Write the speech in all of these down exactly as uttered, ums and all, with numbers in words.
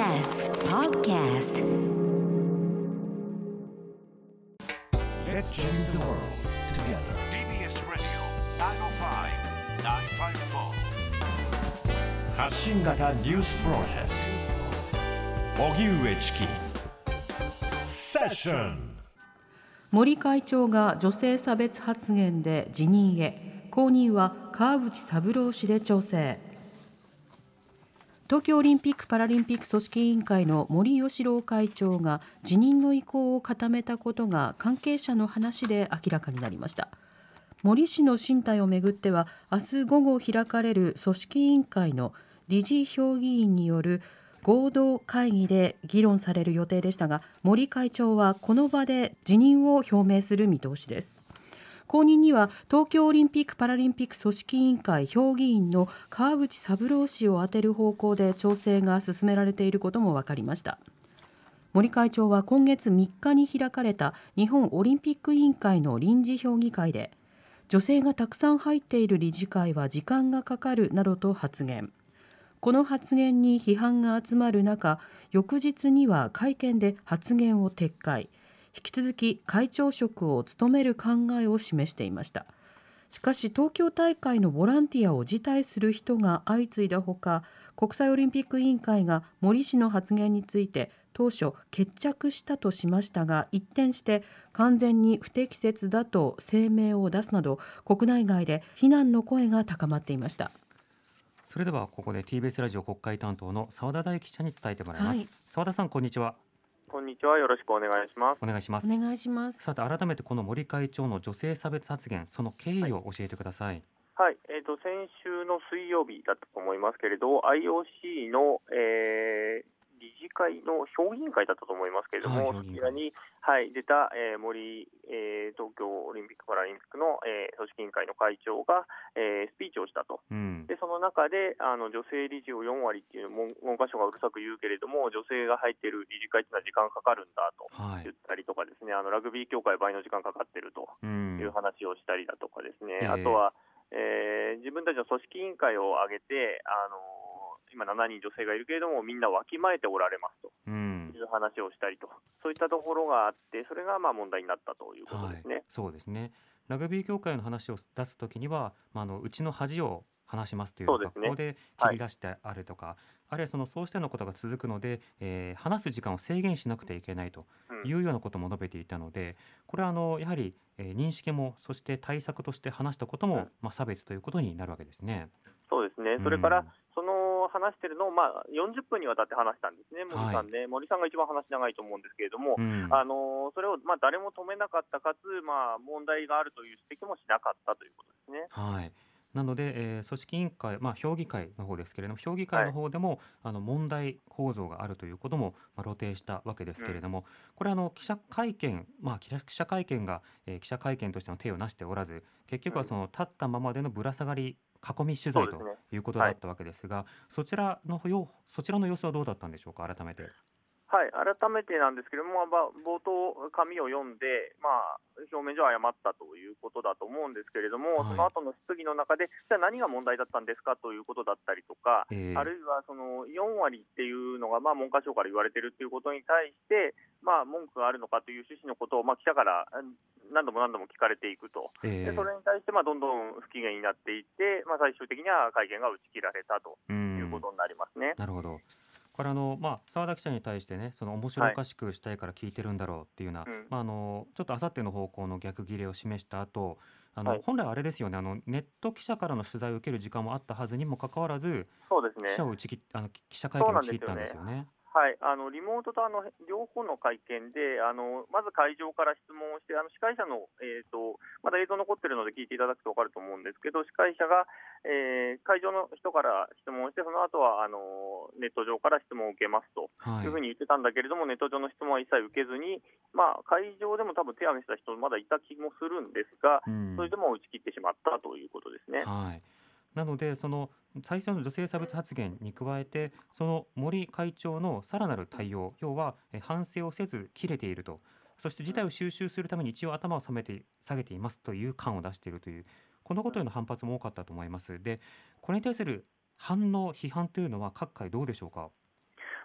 エス Podcast Let's change the world together. ティービーエス Radio きゅうまるご、きゅうごよん。 発信型ニュースプロジェクト荻上チキセッション。 森会長が女性差別発言で辞任へ、後任は川淵三郎氏で調整。東京オリンピック・パラリンピック組織委員会の森喜朗会長が辞任の意向を固めたことが関係者の話で明らかになりました。森氏の進退をめぐっては、明日午後開かれる組織委員会の理事評議員による合同会議で議論される予定でしたが、森会長はこの場で辞任を表明する見通しです。後任には東京オリンピック・パラリンピック組織委員会評議員の川淵三郎氏を充てる方向で調整が進められていることも分かりました。森会長は今月みっかに開かれた日本オリンピック委員会の臨時評議会で、女性がたくさん入っている理事会は時間がかかるなどと発言。この発言に批判が集まる中、翌日には会見で発言を撤回。引き続き会長職を務める考えを示していました。しかし東京大会のボランティアを辞退する人が相次いだほか、国際オリンピック委員会が森氏の発言について当初決着したとしましたが、一転して完全に不適切だと声明を出すなど、国内外で非難の声が高まっていました。 それではここで ティービーエス ラジオ国会担当の澤田大記者に伝えてもらいます。はい、澤田さん、こんにちは。 こんにちは、よろしくお願いします。 お願いします。 お願いします。 さて、改めてこの森会長の女性差別発言、その経緯を教えてください。 はい、はい、えーと、先週の水曜日だったと思いますけれど、 アイオーシー の、えー、理事会の評議員会だったと思いますけれども、はい、そちらに、はい、出た、えー、森、えー、東京オリンピック・パラリンピックの、えー、組織委員会の会長が、えー、スピーチをしたと、うん、でその中であの女性理事をよんわりっていう文科省がうるさく言うけれども、女性が入っている理事会っていうのは時間かかるんだと言ったりとかですね、はい、あのラグビー協会倍の時間かかってるという話をしたりだとかですね、うん、あとは、えー、自分たちの組織委員会を挙げて、あの今しちにん女性がいるけれどもみんなわきまえておられますという話をしたりと、うん、そういったところがあって、それがまあ問題になったということですね。はい、 そうですね。ラグビー協会の話を出すときには、まあ、あのうちの恥を話しますという格好で切り出してあるとか、はい、あるいはそのそうしたようなことが続くので、えー、話す時間を制限しなくてはいけないというようなことも述べていたので、これはあのやはり、えー、認識もそして対策として話したことも、うんまあ、差別ということになるわけですね。 そうですね。それから、うん、その話しているのを、まあ、よんじゅっぷんにわたって話したんですね、森さんね、はい、森さんが一番話長いと思うんですけれども、うん、あのそれをまあ誰も止めなかったかつ、まあ、問題があるという指摘もしなかったということですね。 はい、なので、えー、組織委員会、まあ、評議会の方ですけれども、評議会の方でも、はい、あの問題構造があるということも、まあ、露呈したわけですけれども、うん、これあの記者会見、まあ、記者記者会見が、えー、記者会見としての手をなしておらず、結局はその立ったままでのぶら下がり囲み取材ということだったわけですが、そちらのよそちらの様子はどうだったんでしょうか。改めてはい、改めてなんですけれども、まあ、冒頭、紙を読んで、まあ、表面上誤ったということだと思うんですけれども、はい、その後の質疑の中で、じゃあ何が問題だったんですかということだったりとか、えー、あるいはそのよんわりっていうのが、まあ、文科省から言われているということに対して、まあ、文句があるのかという趣旨のことを、まあ、記者から何度も何度も聞かれていくと、えー、でそれに対して、まあ、どんどん不機嫌になっていって、まあ、最終的には会見が打ち切られたということになりますね。 なるほど。これあの、まあ、澤田記者に対してね、その面白おかしくしたいから聞いてるんだろうっていうような、はい、まあ、あのちょっとあさっての方向の逆切れを示した後、あの、はい、本来あれですよね、あのネット記者からの取材を受ける時間もあったはずにもかかわらず、そうですね、記者を打ち切あの記者会見を打ち切ったんですよね。 はい、あのリモートとあの両方の会見で、あのまず会場から質問をして、あの司会者の、えーと、まだ映像残っているので聞いていただくと分かると思うんですけど、司会者が、えー、会場の人から質問をして、その後はあのネット上から質問を受けますというふうに言ってたんだけれども、はい、ネット上の質問は一切受けずに、まあ、会場でも多分手を挙げてた人まだいた気もするんですが、うん、それでも打ち切ってしまったということですね。 はい、なのでその最初の女性差別発言に加えて、その森会長のさらなる対応、要は反省をせず切れていると、そして事態を収拾するために一応頭を下げて下げていますという感を出しているという、このことへの反発も多かったと思います。で、これに対する反応批判というのは各界どうでしょうか。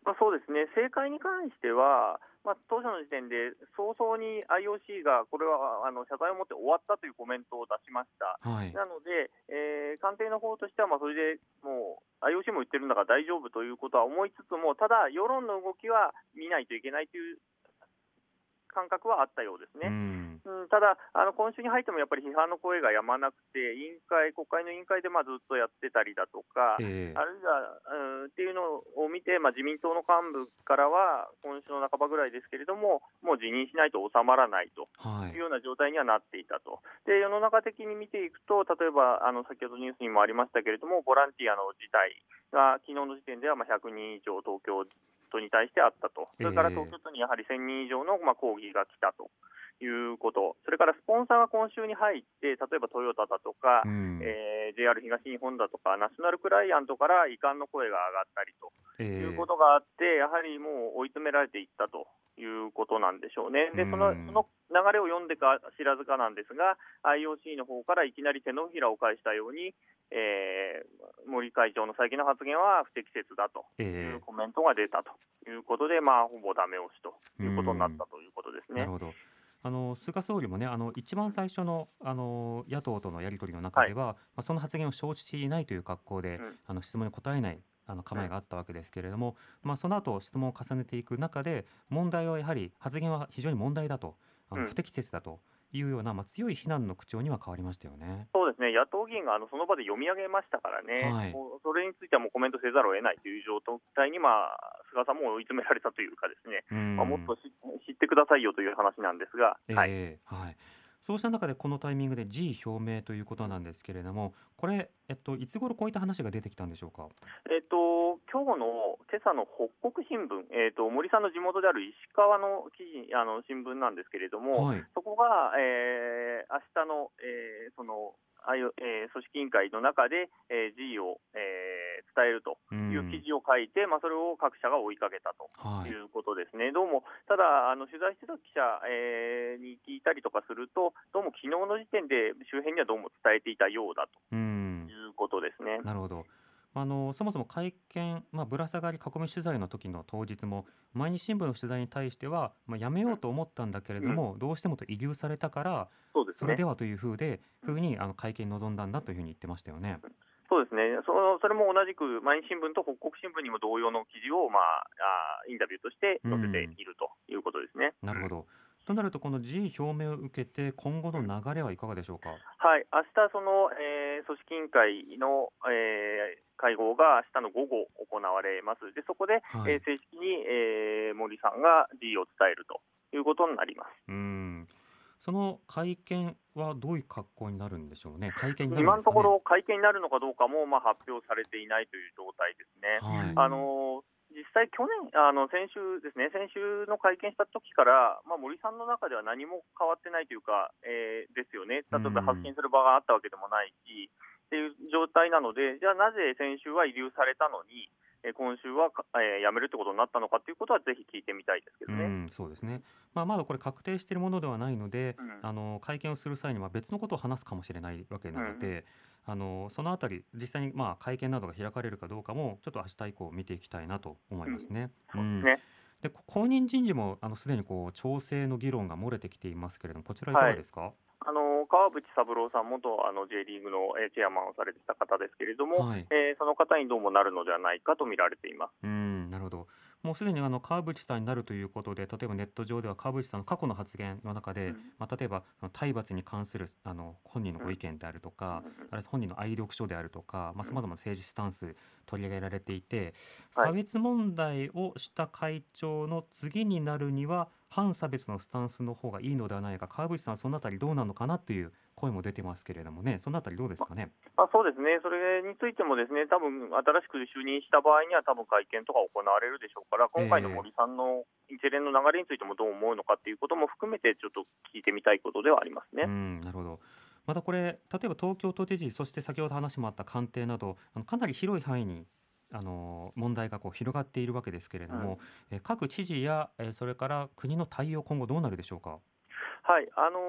まあ、そうですね、正解に関しては、まあ、当初の時点で早々に アイオーシー がこれはあの謝罪をもって終わったというコメントを出しました。 はい。 なので、えー官邸の方としては、まあそれでもう アイオーシー も言ってるんだから大丈夫ということは思いつつも、ただ、世論の動きは見ないといけないという感覚はあったようですうね。 ん。 うん、ただ、あの今週に入ってもやっぱり批判の声がやまなくて、委員会、国会の委員会でまあずっとやってたりだとか、 ええあるいは、うん、っていうのを見て、まあ、自民党の幹部からは、今週の半ばぐらいですけれども、もう辞任しないと収まらないとはいいうような状態にはなっていたと。で、世の中的に見ていくと、例えばあの先ほどニュースにもありましたけれども、ボランティアの事態が昨日の時点ではまあひゃくにん以上、東京都に対してあったと、それから東京都にやはりせんにん以上のまあ抗議が来たということ、それからスポンサーが今週に入って、例えばトヨタだとか、 うんえー ジェイアール 東日本だとか、ナショナルクライアントから遺憾の声が上がったりとえいうえことがあって、やはりもう追い詰められていったということなんでしょうね。で、そのうんその流れを読んでか知らずかなんですが、アイオーシー の方からいきなり手のひらを返したように、えー森会長の最近の発言は不適切だといええうコメントが出たということで、まあ、ほぼダメ押しということになったということですね。 なるほど。あの菅総理もね、あの一番最初のあの野党とのやり取りの中では、まあ、その発言を承知していないという格好で、 うんあの質問に答えないあの構えがあったわけですけれども、まあ、その後質問を重ねていく中で、問題はやはり発言は非常に問題だと、あのうん不適切だというような、まあ、強い非難の口調には変わりましたよね。 そうですね、野党議員があのその場で読み上げましたからね、 はいもうそれについてはもうコメントせざるを得ないという状態に、まあ、菅さんも追い詰められたというかですね、 うんまあ、もっとし知ってくださいよという話なんですが、 ええはいはい、そうした中でこのタイミングで辞意表明ということなんですけれども、これ、えっと、いつ頃こういった話が出てきたんでしょうか。 えっと今日の今朝の北国新聞、えっと森さんの地元である石川の記事あの新聞なんですけれども、 はい。 そこが、えー、明日の、えーそのあいえー組織委員会の中で、えー、辞意を、えー伝えるという記事を書いて、まあ、それを各社が追いかけたとはいいうことですね。どうもただあの取材してた記者、えーに聞いたりとかすると、どうも昨日の時点で周辺にはどうも伝えていたようだうんということですね。 なるほど。あのそもそも会見、まあ、ぶら下がり囲み取材の時の当日も毎日新聞の取材に対しては、まあ、やめようと思ったんだけれども、どうしてもと慰留されたからそうですねそれではというふうでふうにあの会見に臨んだんだというふうに言ってましたよね。 そうですね、そのそれも同じく毎日新聞と北国新聞にも同様の記事を、まあ、あインタビューとして載せているということですね。 なるほど。となるとこの辞意表明を受けて今後の流れはいかがでしょうか。 はい、明日その、えー組織委員会の、えー会合が明日の午後行われます。でそこで、 はいえー正式に、えー森さんが辞意を伝えるということになります。 うんその会見はどういう格好になるんでしょうね。会見になるん今のですかね。 ところ会見になるのかどうかも、まあ、発表されていないという状態ですね。 はいあの実際、去年、あの先週ですね、先週の会見した時から、まあ、森さんの中では何も変わってないというか、えーですよね、例えば発信する場があったわけでもないし、っていう状態なので、じゃあなぜ先週は慰留されたのに、えー今週はか、えー辞めるってことになったのかということは、ぜひ聞いてみたいですけどね。 うんそうですね。まあ、まだこれ確定しているものではないので、 うんあの会見をする際には別のことを話すかもしれないわけなので、あのそのあたり実際にまあ会見などが開かれるかどうかもちょっと明日以降見ていきたいなと思いますね。うんねでこ後任人事もあのすでにこう調整の議論が漏れてきていますけれども、こちらいかがですか。 あの川淵三郎さん、元あの J リーグの、えーチェアマンをされてた方ですけれども、 はいえーその方にどうもなるのではないかと見られています。 うんなるほど。もうすでにあの川淵さんになるということで、例えばネット上では川淵さんの過去の発言の中で、 うんまあ、例えばあの体罰に関するあの本人のご意見であるとか、 うんうんあるいは本人の愛読書であるとかさまざ、まな政治スタンス取り上げられていて、 はい差別問題をした会長の次になるには反差別のスタンスの方がいいのではないか、川淵さんそのあたりどうなのかなという声も出てますけれどもね、そのあたりどうですかね。 まあ、そうですね、それについてもですね、多分新しく就任した場合には、多分会見とか行われるでしょうから、今回の森さんの一連の流れについてもどう思うのかということも含めて、ちょっと聞いてみたいことではありますね。 うんなるほど。またこれ例えば東京都知事、そして先ほど話もあった官邸など、あのかなり広い範囲にあの問題がこう広がっているわけですけれども、え各知事やえそれから国の対応、今後どうなるでしょうか。 はい、あのー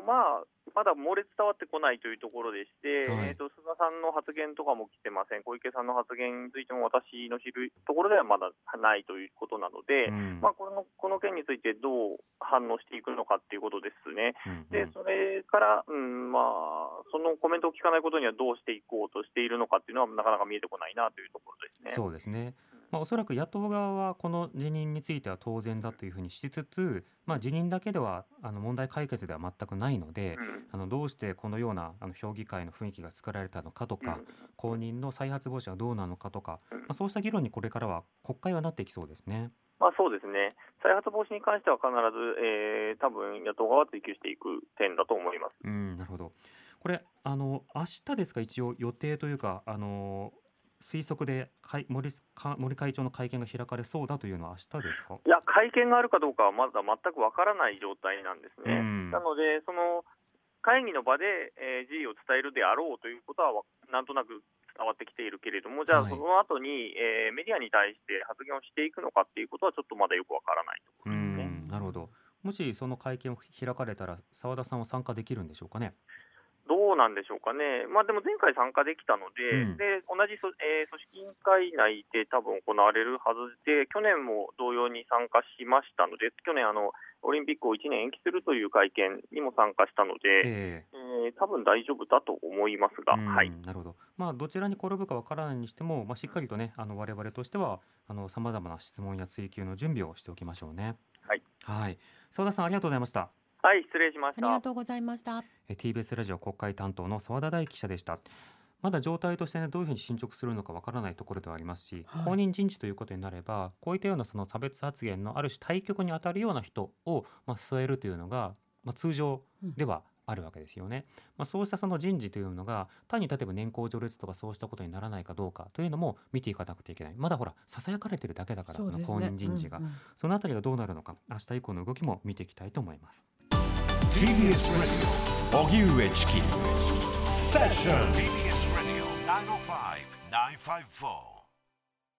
まあ、まだ漏れ伝わってこないというところでして、 はいえー、と菅さんの発言とかも来てません、小池さんの発言についても私の知るところではまだないということなので、 うんまあ、このこの件についてどう反応していくのかということですね。 うんうんでそれから、うんまあ、そのコメントを聞かないことにはどうしていこうとしているのかというのはなかなか見えてこないなというところですね。 そうですね、まあ、おそらく野党側はこの辞任については当然だというふうにしつつ、まあ、辞任だけではあの問題解決では全くないので、 うんあのどうしてこのようなあの評議会の雰囲気が作られたのかとか、 うん後任の再発防止はどうなのかとか、 うんまあ、そうした議論にこれからは国会はなっていきそうですね。 まあ、そうですね、再発防止に関しては必ず、えー、多分野党側は追及していく点だと思います。 うん、なるほど。これあの明日ですか、一応予定というか、あの推測で会 森, か森会長の会見が開かれそうだというのは明日ですか？ いや、会見があるかどうかはまだ全くわからない状態なんですね。 うんなので、その会議の場で、えー、辞意を伝えるであろうということはわなんとなく伝わってきているけれども、じゃあ、 はいその後に、えーメディアに対して発言をしていくのかっていうことはちょっとまだよくわからないとこうろですね。 ん、なるほど。もしその会見を開かれたら澤田さんは参加できるんでしょうかね？ どうなんでしょうかね、まあ、でも前回参加できたので、 うんで同じそ、えー組織委員会内で多分行われるはずで、去年も同様に参加しましたので、去年あの、オリンピックをいちねん延期するという会見にも参加したので、 えええー多分大丈夫だと思いますが、 うんはい、 なるほど。まあどちらに転ぶかわからないにしても、まあ、しっかりとね、あの我々としてはさまざまな質問や追及の準備をしておきましょうね。 はい、 はい。澤田さんありがとうございました。 はい、失礼しまありした。 がとうございました。 え ティービーエス ラジオ国会担当の澤田大記者でした。まだ状態として、ね、どういうふうに進捗するのかわからないところではありますし、 はい後任人事ということになれば、こういったようなその差別発言のある種対極に当たるような人を、まあ、据えるというのが、まあ、通常ではあるわけですよね。まあ、そうしたその人事というのが単に例えば年功序列とかそうしたことにならないかどうかというのも見ていかなくてはいけない。まだほらささやかれてるだけだから、 そうですね。 この後任人事が、 うんうんそのあたりがどうなるのか、明日以降の動きも見ていきたいと思います。 ティービーエス ラジオ荻上チキセッションティービーエス Radio ナインオーファイブ ナインファイブフォー